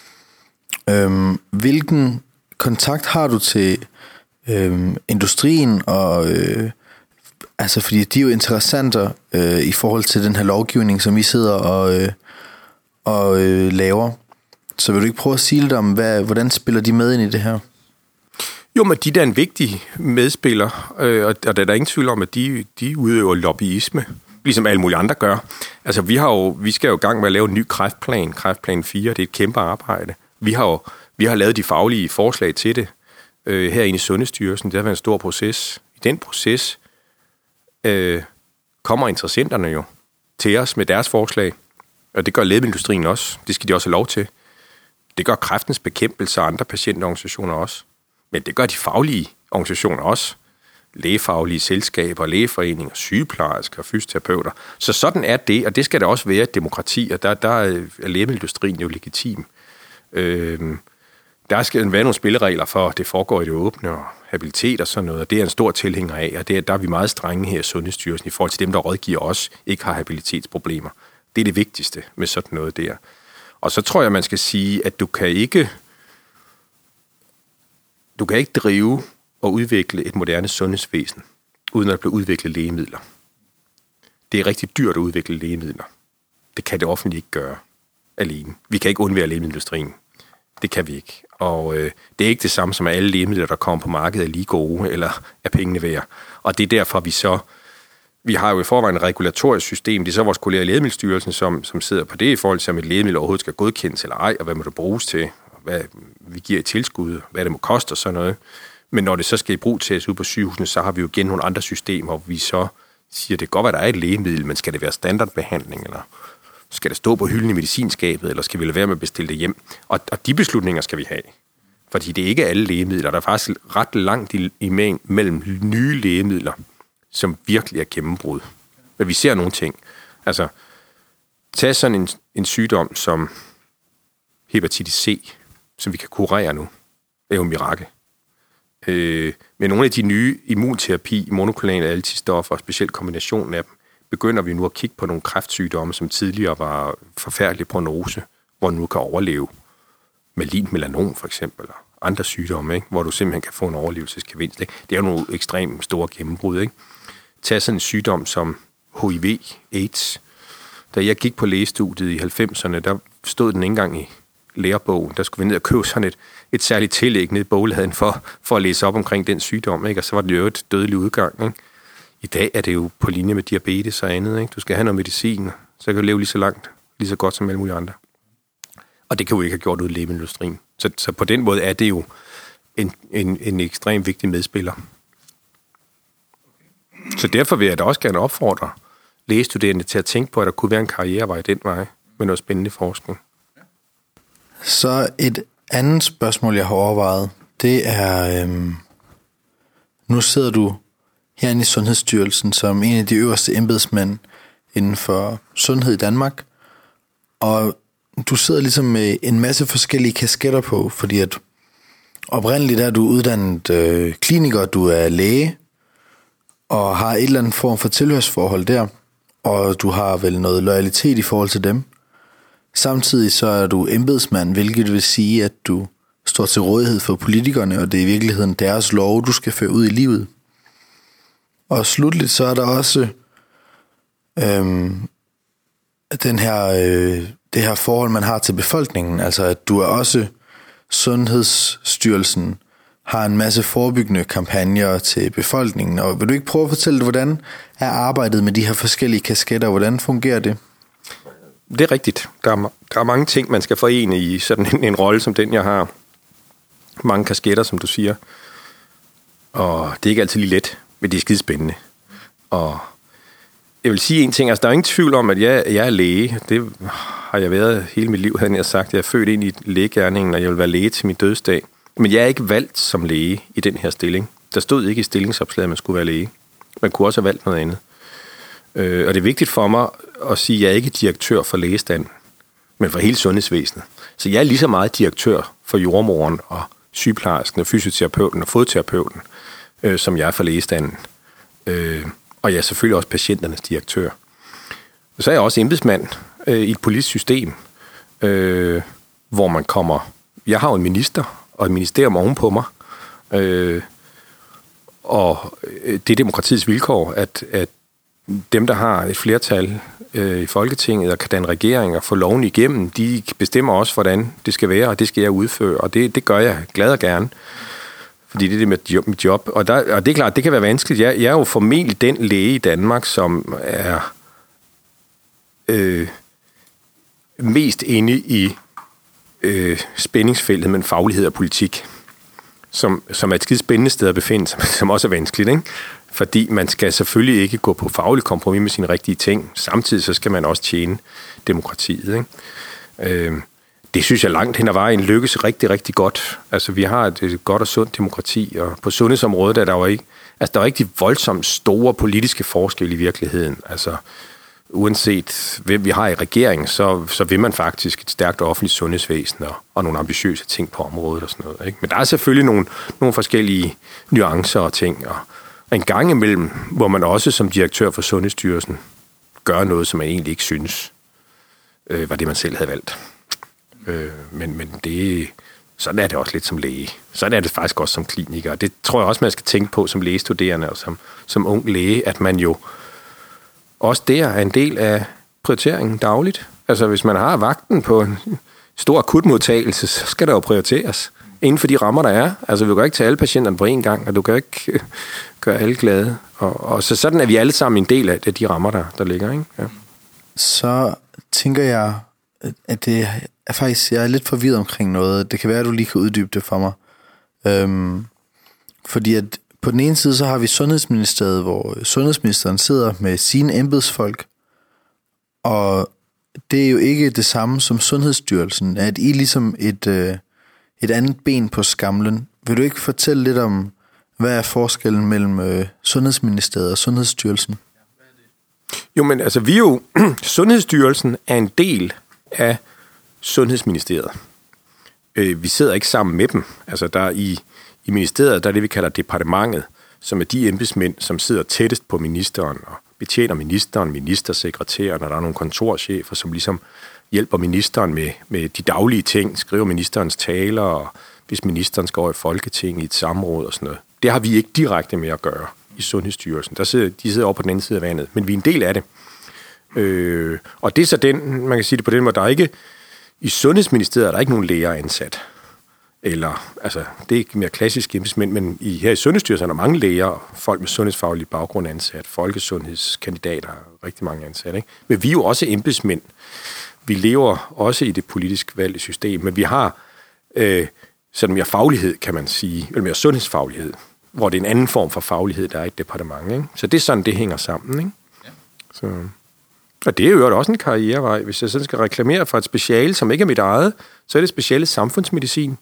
Hvilken kontakt har du til industrien, og altså fordi de er jo interessante i forhold til den her lovgivning, som I sidder og laver. Så vil du ikke prøve at sige lidt om, hvordan spiller de med ind i det her? Jo, men de der er en vigtig medspiller, og der er der ingen tvivl om, at de udøver lobbyisme, ligesom alle mulige andre gør. Altså, vi skal jo i gang med at lave en ny kræftplan 4, det er et kæmpe arbejde. Vi har lavet de faglige forslag til det herinde i Sundhedsstyrelsen. Det har været en stor proces. I den proces kommer interessenterne jo til os med deres forslag, og det gør lægemiddelindustrien også. Det skal de også have lov til. Det gør Kræftens Bekæmpelse og andre patientorganisationer også. Men det gør de faglige organisationer også. Lægefaglige selskaber, lægeforeninger, sygeplejersker og fysioterapeuter. Så sådan er det, og det skal der også være et demokrati, og der er lægemiddelindustrien jo legitim. Der skal være nogle spilleregler for, at det foregår i det åbne, og habilitet og sådan noget, og det er en stor tilhænger af, og der er vi meget strenge her i Sundhedsstyrelsen i forhold til dem, der rådgiver os, ikke har habilitetsproblemer. Det er det vigtigste med sådan noget der. Og så tror jeg, man skal sige, at du kan ikke drive og udvikle et moderne sundhedsvæsen, uden at blive udviklet lægemidler. Det er rigtig dyrt at udvikle lægemidler. Det kan det offentlige ikke gøre alene. Vi kan ikke undvære lægemiddelindustrien. Det kan vi ikke. Og det er ikke det samme som, at alle lægemidler, der kommer på markedet, er lige gode, eller er pengene værd. Og det er derfor, vi har jo i forvejen et regulatorisk system. Det er så vores kolleger i Lægemiddelstyrelsen, som sidder på det i forhold til, om et lægemiddel overhovedet skal godkendes eller ej, og hvad må det bruges til, hvad vi giver i tilskud, hvad det må koste og sådan noget. Men når det så skal i brug til at ud på sygehusene, så har vi jo igen nogle andre systemer, hvor vi så siger, det kan godt være, der er et lægemiddel, men skal det være standardbehandling, eller skal det stå på hylden i medicinskabet, eller skal vi lade være med at bestille det hjem? Og de beslutninger skal vi have. Fordi det er ikke alle lægemidler. Der er faktisk ret langt mellem nye lægemidler, som virkelig er gennembrud. Men vi ser nogle ting. Altså, tag sådan en sygdom som hepatitis C, som vi kan kurere nu. Det er jo en mirakel. Med nogle af de nye immunterapi, monoklonale antistoffer, og specielt kombinationen af dem, begynder vi nu at kigge på nogle kræftsygdomme, som tidligere var forfærdelig prognose, hvor nu kan overleve. Malignt melanom for eksempel, eller andre sygdomme, ikke? Hvor du simpelthen kan få en overlevelsesgevinst. Ikke? Det er jo nogle ekstremt store gennembrud. Ikke? Tag sådan en sygdom som HIV, AIDS. Da jeg gik på lægestudiet i 90'erne, der stod den ikke engang i lærebogen. Der skulle vi ned og købe sådan et særligt tillæg ned i bogladen for at læse op omkring den sygdom. Ikke? Og så var det jo et dødelig udgang. Ikke? I dag er det jo på linje med diabetes og andet. Ikke? Du skal have noget medicin, så kan du leve lige så langt, lige så godt som alle mulige andre. Og det kan jo ikke have gjort ud i lægemiddelindustrien. Så på den måde er det jo en ekstremt vigtig medspiller. Så derfor vil jeg da også gerne opfordre lægestuderende til at tænke på, at der kunne være en karrierevej den vej med noget spændende forskning. Så et andet spørgsmål, jeg har overvejet, det er, nu sidder du herinde i Sundhedsstyrelsen som en af de øverste embedsmænd inden for sundhed i Danmark, og du sidder ligesom med en masse forskellige kasketter på, fordi at oprindeligt er du uddannet kliniker, du er læge, og har et eller andet form for tilhørsforhold der, og du har vel noget loyalitet i forhold til dem. Samtidig så er du embedsmand, hvilket vil sige, at du står til rådighed for politikerne, og det er i virkeligheden deres lov, du skal føre ud i livet. Og slutligt så er der også det her forhold, man har til befolkningen, altså at du er også Sundhedsstyrelsen, har en masse forebyggende kampagner til befolkningen, og vil du ikke prøve at fortælle, hvordan er arbejdet med de her forskellige kasketter, hvordan fungerer det? Det er rigtigt. Der er mange ting, man skal forene i sådan en rolle som den, jeg har. Mange kasketter, som du siger. Og det er ikke altid lige let, men det er skidespændende. Og jeg vil sige en ting, altså der er ingen tvivl om, at jeg er læge. Det har jeg været hele mit liv, havde jeg sagt. Jeg er født ind i lægegerningen, og jeg vil være læge til min dødsdag. Men jeg er ikke valgt som læge i den her stilling. Der stod ikke i stillingsopslaget, at man skulle være læge. Man kunne også have valgt noget andet. Og det er vigtigt for mig at sige, at jeg er ikke direktør for lægestanden, men for hele sundhedsvæsenet. Så jeg er lige så meget direktør for jordmoren og sygeplejersken og fysioterapeuten og fodterapeuten, som jeg er for lægestanden. Og jeg er selvfølgelig også patienternes direktør. Og så er jeg også embedsmand i et politisk system, hvor man kommer... Jeg har jo en minister og et ministerium ovenpå mig, og det er demokratiets vilkår, at dem, der har et flertal i Folketinget og kan danne regering og få loven igennem, de bestemmer også, hvordan det skal være, og det skal jeg udføre, og det gør jeg glad og gerne. Fordi det er det med mit job. Og det er klart, det kan være vanskeligt. Jeg er jo formentlig den læge i Danmark, som er mest inde i spændingsfeltet mellem faglighed og politik, som er et skide spændende sted at befinde sig, som også er vanskeligt, ikke? Fordi man skal selvfølgelig ikke gå på faglig kompromis med sine rigtige ting. Samtidig så skal man også tjene demokratiet, ikke? Det synes jeg langt hen ad vejen lykkes rigtig, rigtig godt. Altså, vi har et godt og sundt demokrati, og på sundhedsområdet er der jo ikke, altså, der er ikke de voldsomt store politiske forskelle i virkeligheden. Altså, uanset hvem vi har i regeringen, så vil man faktisk et stærkt offentligt sundhedsvæsen og nogle ambitiøse ting på området og sådan noget, ikke? Men der er selvfølgelig nogle forskellige nuancer og ting, og en gang imellem, hvor man også som direktør for Sundhedsstyrelsen gør noget, som man egentlig ikke synes var det, man selv havde valgt. Men sådan er det også lidt som læge. Sådan er det faktisk også som kliniker. Det tror jeg også, man skal tænke på som lægestuderende og som ung læge, at man jo også der er en del af prioriteringen dagligt. Altså hvis man har vagten på en stor akutmodtagelse, så skal der jo prioriteres inden for de rammer, der er. Altså vi kan ikke tage alle patienterne på én gang, og du kan ikke gøre alle glade. Og så sådan er vi alle sammen en del af de rammer, der ligger, ikke? Ja. Så tænker jeg, at det er faktisk, jeg er lidt forvirret omkring noget. Det kan være, at du lige kan uddybe det for mig. Fordi at på den ene side, så har vi Sundhedsministeriet, hvor sundhedsministeren sidder med sine embedsfolk, og det er jo ikke det samme som Sundhedsstyrelsen, at I ligesom et andet ben på skamlen. Vil du ikke fortælle lidt om, hvad er forskellen mellem Sundhedsministeriet og Sundhedsstyrelsen? Jo, men altså vi jo, Sundhedsstyrelsen er en del af Sundhedsministeriet. Vi sidder ikke sammen med dem. Altså der i ministeriet, der er det, vi kalder departementet, som er de embedsmænd, som sidder tættest på ministeren og betjener ministeren, ministersekretæren, og der er nogle kontorchefer, som ligesom hjælper ministeren med de daglige ting, skriver ministerens taler, og hvis ministeren skal over i Folketinget i et samråd og sådan noget. Det har vi ikke direkte med at gøre i Sundhedsstyrelsen. De sidder over på den anden side af vandet, men vi er en del af det. Og det er så den, man kan sige det på den måde, der er ikke i Sundhedsministeriet er der ikke nogen læger ansat. Eller, altså, det er ikke mere klassisk embedsmænd, men her i Sundhedsstyrelsen er der mange læger, folk med sundhedsfaglig baggrund ansat, folkesundhedskandidater, rigtig mange ansat, ikke? Men vi er jo også embedsmænd. Vi lever også i det politisk valgte system, men vi har sådan mere faglighed, kan man sige, eller mere sundhedsfaglighed, hvor det er en anden form for faglighed, der er i et departement, ikke? Så det er sådan, det hænger sammen, ikke? Ja. Så. Og det er jo også en karrierevej. Hvis jeg sådan skal reklamere for et speciale, som ikke er mit eget, så er det speciale samfundsmedicin.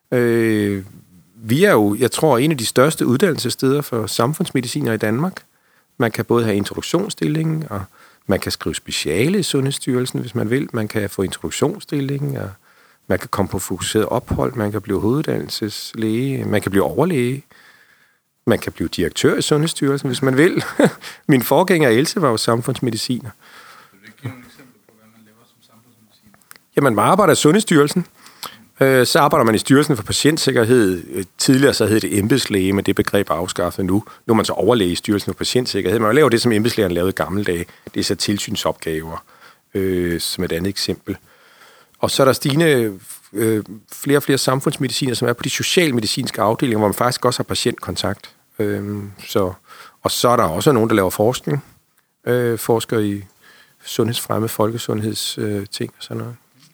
Vi er jo, jeg tror, en af de største uddannelsessteder for samfundsmediciner i Danmark. Man kan både have introduktionsstilling, og man kan skrive speciale i Sundhedsstyrelsen, hvis man vil. Man kan få introduktionsstilling, og man kan komme på fokuseret ophold, man kan blive hoveduddannelseslæge, man kan blive overlæge, man kan blive direktør i Sundhedsstyrelsen, hvis man vil. Min forgænger Else var jo samfundsmediciner. Vil du ikke give nogle eksempler på, hvad man laver som samfundsmediciner? Jamen, man arbejder i Sundhedsstyrelsen. Så arbejder man i Styrelsen for Patientsikkerhed. Tidligere så hed det embedslæge, men det begreb er afskaffet nu. Nu er man så overlæge i Styrelsen for Patientsikkerhed. Man laver det, som embedslægerne lavede i gamle dage. Det er så tilsynsopgaver, som et andet eksempel. Og så er der stigende flere og flere samfundsmediciner, som er på de socialmedicinske afdelinger, hvor man faktisk også har patientkontakt. Og så er der også nogen, der laver forskning. Forsker i sundhedsfremme, folkesundhedsting og sådan noget.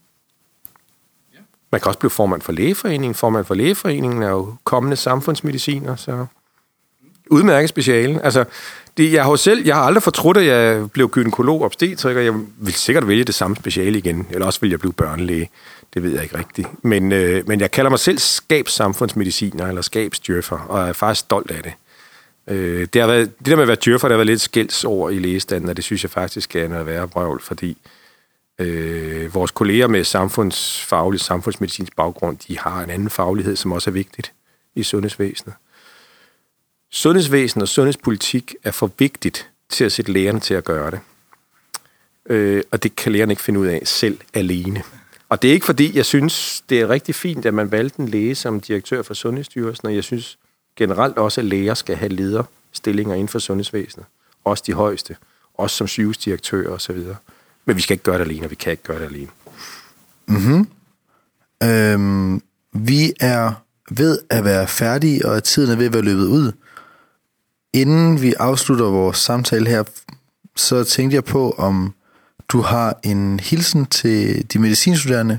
Man kan også blive formand for Lægeforeningen. Formand for Lægeforeningen er jo kommende samfundsmediciner, så udmærket speciale. Altså, jeg har aldrig fortrudt, at jeg blev gynekolog obstetriker. Jeg vil sikkert vælge det samme speciale igen, eller også vil jeg blive børnelæge. Det ved jeg ikke rigtigt. Men jeg kalder mig selv skabssamfundsmediciner, eller skabsdjøffer, og er faktisk stolt af det. Det der med at være djøffer, der har været lidt skældsord i lægestanden, og det synes jeg faktisk er noget værre brøvl, fordi vores kolleger med samfundsmedicinsk baggrund, de har en anden faglighed, som også er vigtigt i sundhedsvæsenet. Sundhedsvæsen og sundhedspolitik er for vigtigt til at sætte lægerne til at gøre det. Og det kan lægerne ikke finde ud af selv alene. Og det er ikke fordi, jeg synes, det er rigtig fint, at man valgte en læge som direktør for Sundhedsstyrelsen, og jeg synes generelt også, at læger skal have lederstillinger inden for sundhedsvæsenet. Også de højeste. Også som sygehusdirektører osv. Men vi skal ikke gøre det alene, og vi kan ikke gøre det alene. Vi er ved at være færdige, og at tiden er ved at være løbet ud. Inden vi afslutter vores samtale her, så tænkte jeg på, om du har en hilsen til de medicinstuderende.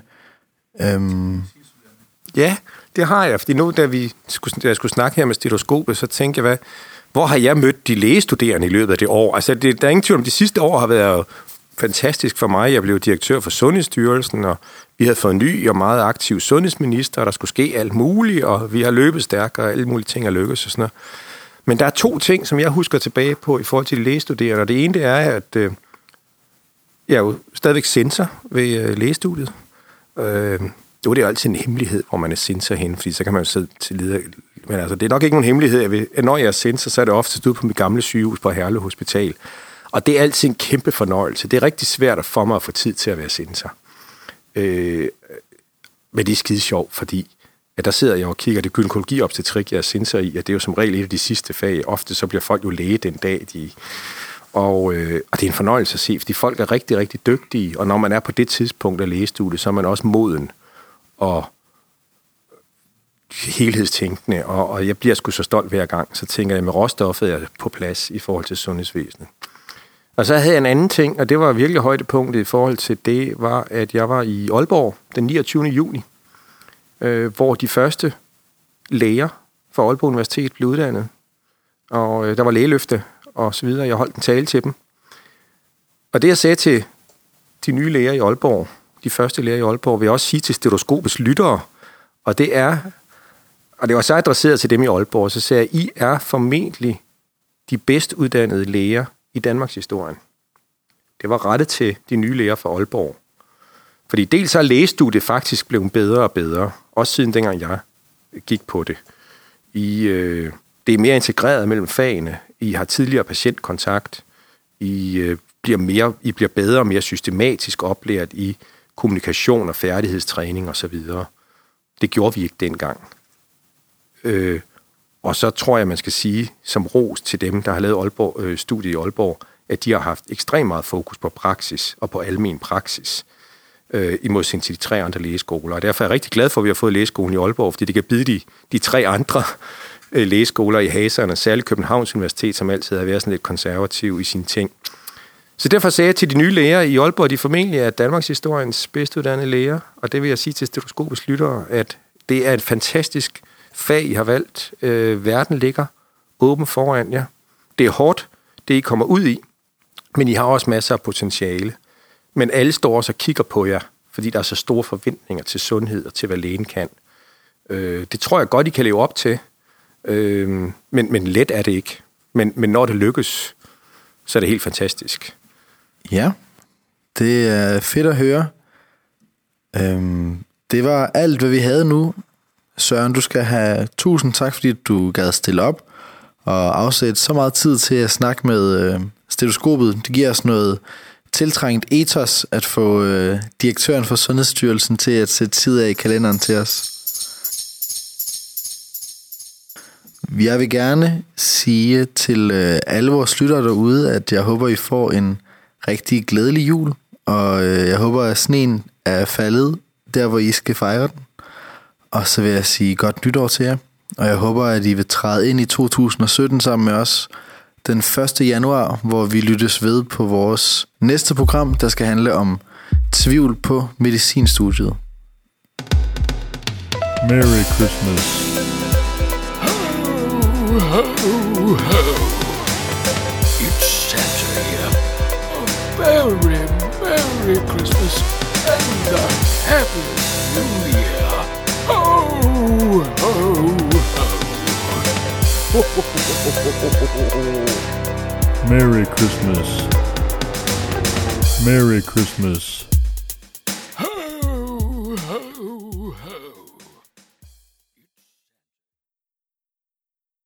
Ja, det har jeg, fordi nu, da jeg skulle snakke her med stetoskopet, så tænkte jeg, hvor har jeg mødt de lægestuderende i løbet af det år? Altså, der er ingen tvivl om, de sidste år har været fantastisk for mig. Jeg blev direktør for Sundhedsstyrelsen, og vi havde fået en ny og meget aktiv sundhedsminister, og der skulle ske alt muligt, og vi har løbet stærkere, og alle mulige ting er lykkes og sådan noget. Men der er 2 ting, som jeg husker tilbage på i forhold til de lægestuderende, og det ene det er, at jeg er jo stadigvæk censor ved lægestudiet. Det er jo altid en hemmelighed, hvor man er censor henne, fordi så kan man jo sidde til leder. Men altså, det er nok ikke nogen hemmelighed, at når jeg er censor, så er det ofte ude på mit gamle sygehus på Herlev Hospital. Og det er altid en kæmpe fornøjelse. Det er rigtig svært for mig at få tid til at være censor. Men det er skide sjovt, fordi at der sidder jeg og kigger, det gynækologi-obstetrik, jeg er censor i, og det er jo som regel et af de sidste fag. Ofte så bliver folk jo læge den dag, og det er en fornøjelse at se, fordi folk er rigtig, rigtig dygtige, og når man er på det tidspunkt af lægestudiet, så er man også moden og helhedstænkende, og jeg bliver sgu så stolt hver gang, så tænker jeg, med råstoffet er på plads i forhold til sundhedsvæsenet. Og så havde jeg en anden ting, og det var virkelig højdepunktet i forhold til det, var, at jeg var i Aalborg den 29. juni, hvor de første læger fra Aalborg Universitet blev uddannet, og der var lægeløfte og så videre. Jeg holdt en tale til dem. Og det, jeg sagde til de nye læger i Aalborg, de første læger i Aalborg, vil jeg også sige til stetoskopets lyttere, og det var så adresseret til dem i Aalborg, så sagde jeg, I er formentlig de bedst uddannede læger i Danmarks historie. Det var rettet til de nye læger fra Aalborg. Fordi dels så er lægestudiet faktisk blevet bedre og bedre, også siden dengang jeg gik på det. Det er mere integreret mellem fagene. I har tidligere patientkontakt. I bliver bedre og mere systematisk oplært i kommunikation og færdighedstræning osv. Det gjorde vi ikke dengang. Og så tror jeg, man skal sige som ros til dem, der har lavet studiet i Aalborg, at de har haft ekstremt meget fokus på praksis og på almen praksis, i modsætning til de 3 andre lægeskoler. Og derfor er jeg rigtig glad for, at vi har fået lægeskolen i Aalborg, fordi det kan bide de 3 andre lægeskoler i haserne, og særligt Københavns Universitet, som altid har været sådan lidt konservativ i sine ting. Så derfor sagde jeg til de nye læger i Aalborg, de formentlig er Danmarks historiens bedst uddannede læger, og det vil jeg sige til stetoskopets lyttere, at det er et fantastisk fag, I har valgt. Verden ligger åben foran jer. Det er hårdt, det I kommer ud i, men I har også masser af potentiale. Men alle står også og kigger på jer, fordi der er så store forventninger til sundhed og til, hvad lægen kan. Det tror jeg godt, I kan leve op til, men let er det ikke. Men når det lykkes, så er det helt fantastisk. Ja, det er fedt at høre. Det var alt, hvad vi havde nu. Søren, du skal have 1000 tak, fordi du gad stille op og afsætte så meget tid til at snakke med stetoskopet. Det giver os noget tiltrængt ethos at få direktøren for Sundhedsstyrelsen til at sætte tid af i kalenderen til os. Jeg vil gerne sige til alle vores lyttere derude, at jeg håber, I får en rigtig glædelig jul, og jeg håber, at sneen er faldet der, hvor I skal fejre den. Og så vil jeg sige godt nytår til jer, og jeg håber, at I vil træde ind i 2017 sammen med os den 1. januar, hvor vi lyttes ved på vores næste program, der skal handle om tvivl på medicinstudiet. Merry Christmas. Ho, ho, ho. It's Santa here. A very, Merry Christmas and a Happy New Year. Ho, ho, ho. Merry Christmas. Merry Christmas. Ho, ho, ho.